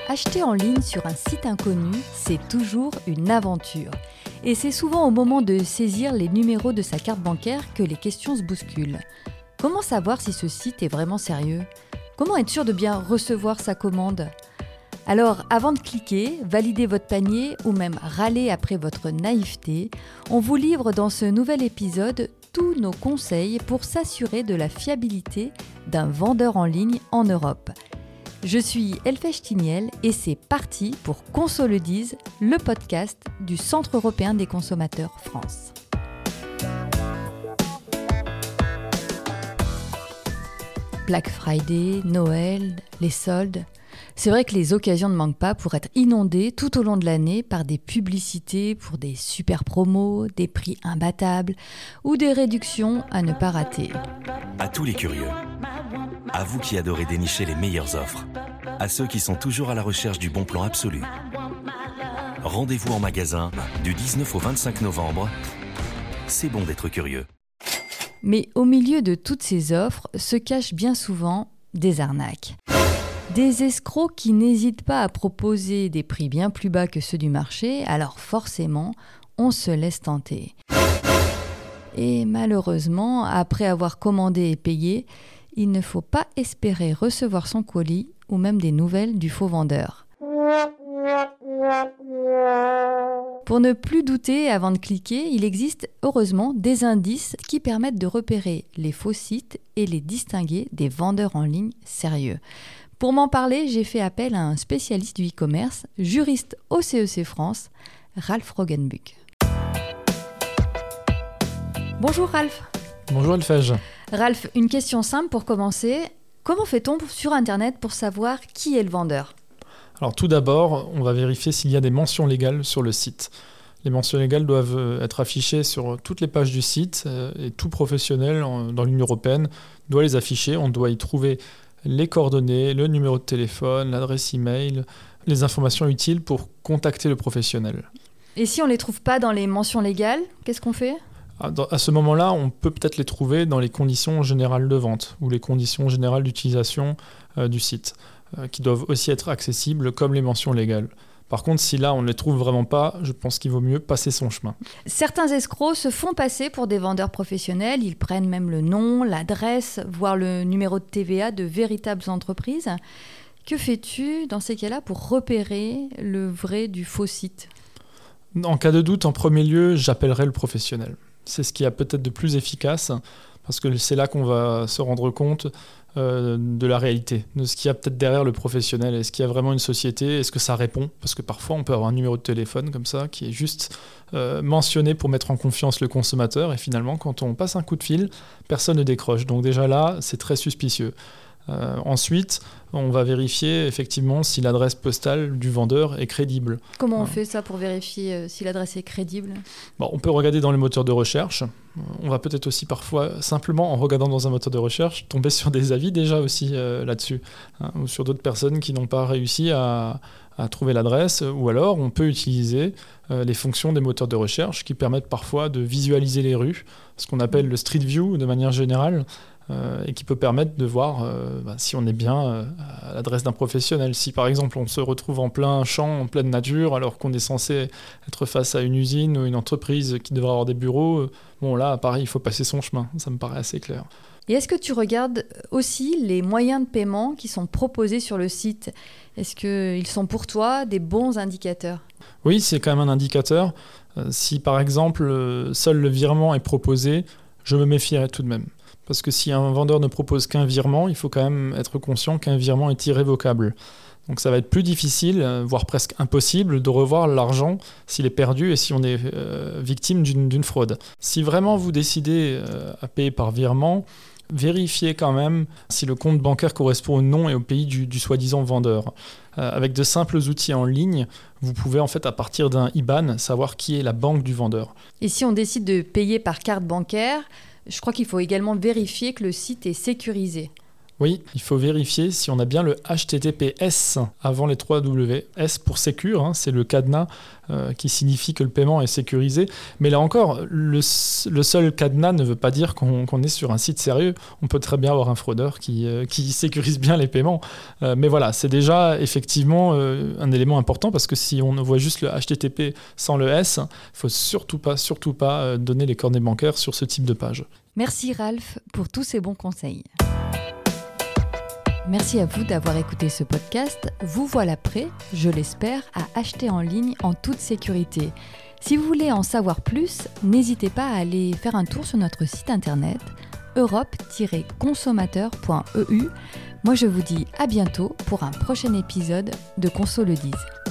Acheter en ligne sur un site inconnu, c'est toujours une aventure. Et c'est souvent au moment de saisir les numéros de sa carte bancaire que les questions se bousculent. Comment savoir si ce site est vraiment sérieux ? Comment être sûr de bien recevoir sa commande ? Alors, avant de cliquer, valider votre panier ou même râler après votre naïveté, on vous livre dans ce nouvel épisode tous nos conseils pour s'assurer de la fiabilité d'un vendeur en ligne en Europe. Je suis Elfèche Tiniel et c'est parti pour Qu'on se le dise, le podcast du Centre européen des consommateurs France. Black Friday, Noël, les soldes. C'est vrai que les occasions ne manquent pas pour être inondées tout au long de l'année par des publicités pour des super promos, des prix imbattables ou des réductions à ne pas rater. À tous les curieux, à vous qui adorez dénicher les meilleures offres, à ceux qui sont toujours à la recherche du bon plan absolu. Rendez-vous en magasin du 19 au 25 novembre. C'est bon d'être curieux. Mais au milieu de toutes ces offres se cachent bien souvent des arnaques. Des escrocs qui n'hésitent pas à proposer des prix bien plus bas que ceux du marché, alors forcément, on se laisse tenter. Et malheureusement, après avoir commandé et payé, il ne faut pas espérer recevoir son colis ou même des nouvelles du faux vendeur. Pour ne plus douter avant de cliquer, il existe heureusement des indices qui permettent de repérer les faux sites et les distinguer des vendeurs en ligne sérieux. Pour m'en parler, j'ai fait appel à un spécialiste du e-commerce, juriste au CEC France, Ralph Roggenbuck. Bonjour Ralph. Bonjour Elfèche. Ralph, une question simple pour commencer. Comment fait-on sur Internet pour savoir qui est le vendeur ? Alors tout d'abord, on va vérifier s'il y a des mentions légales sur le site. Les mentions légales doivent être affichées sur toutes les pages du site et tout professionnel dans l'Union européenne doit les afficher. On doit y trouver les coordonnées, le numéro de téléphone, l'adresse email, les informations utiles pour contacter le professionnel. Et si on ne les trouve pas dans les mentions légales, qu'est-ce qu'on fait ? À ce moment-là, on peut peut-être les trouver dans les conditions générales de vente ou les conditions générales d'utilisation du site, qui doivent aussi être accessibles comme les mentions légales. Par contre, si là, on ne les trouve vraiment pas, je pense qu'il vaut mieux passer son chemin. Certains escrocs se font passer pour des vendeurs professionnels. Ils prennent même le nom, l'adresse, voire le numéro de TVA de véritables entreprises. Que fais-tu dans ces cas-là pour repérer le vrai du faux site ? En cas de doute, en premier lieu, j'appellerai le professionnel. C'est ce qui est peut-être de plus efficace, parce que c'est là qu'on va se rendre compte de la réalité, de ce qu'il y a peut-être derrière le professionnel. Est-ce qu'il y a vraiment une société ? Est-ce que ça répond ? Parce que parfois, on peut avoir un numéro de téléphone comme ça, qui est juste mentionné pour mettre en confiance le consommateur, et finalement, quand on passe un coup de fil, personne ne décroche. Donc déjà là, c'est très suspicieux. Ensuite, on va vérifier effectivement si l'adresse postale du vendeur est crédible. Comment on fait ça pour vérifier si l'adresse est crédible ? On peut regarder dans les moteurs de recherche. On va peut-être aussi parfois, simplement en regardant dans un moteur de recherche, tomber sur des avis déjà aussi là-dessus, ou sur d'autres personnes qui n'ont pas réussi à trouver l'adresse, ou alors on peut utiliser les fonctions des moteurs de recherche qui permettent parfois de visualiser les rues, ce qu'on appelle le Street View de manière générale, et qui peut permettre de voir si on est bien à l'adresse d'un professionnel. Si par exemple on se retrouve en plein champ, en pleine nature, alors qu'on est censé être face à une usine ou une entreprise qui devrait avoir des bureaux, là pareil, il faut passer son chemin, ça me paraît assez clair. Et est-ce que tu regardes aussi les moyens de paiement qui sont proposés sur le site ? Est-ce qu'ils sont pour toi des bons indicateurs ? Oui, c'est quand même un indicateur. Si par exemple seul le virement est proposé, je me méfierais tout de même. Parce que si un vendeur ne propose qu'un virement, il faut quand même être conscient qu'un virement est irrévocable. Donc ça va être plus difficile, voire presque impossible, de revoir l'argent s'il est perdu et si on est victime d'une fraude. Si vraiment vous décidez à payer par virement, vérifiez quand même si le compte bancaire correspond au nom et au pays du soi-disant vendeur. Avec de simples outils en ligne, vous pouvez en fait à partir d'un IBAN savoir qui est la banque du vendeur. Et si on décide de payer par carte bancaire, je crois qu'il faut également vérifier que le site est sécurisé. Oui, il faut vérifier si on a bien le HTTPS avant les 3 W. S pour Secure, c'est le cadenas qui signifie que le paiement est sécurisé. Mais là encore, le seul cadenas ne veut pas dire qu'on est sur un site sérieux. On peut très bien avoir un fraudeur qui sécurise bien les paiements. Mais voilà, c'est déjà effectivement un élément important parce que si on voit juste le HTTP sans le S, il ne faut surtout pas donner les coordonnées bancaires sur ce type de page. Merci Ralph pour tous ces bons conseils. Merci à vous d'avoir écouté ce podcast. Vous voilà prêts, je l'espère, à acheter en ligne en toute sécurité. Si vous voulez en savoir plus, n'hésitez pas à aller faire un tour sur notre site internet europe-consommateur.eu. Moi je vous dis à bientôt pour un prochain épisode de Conso le dise.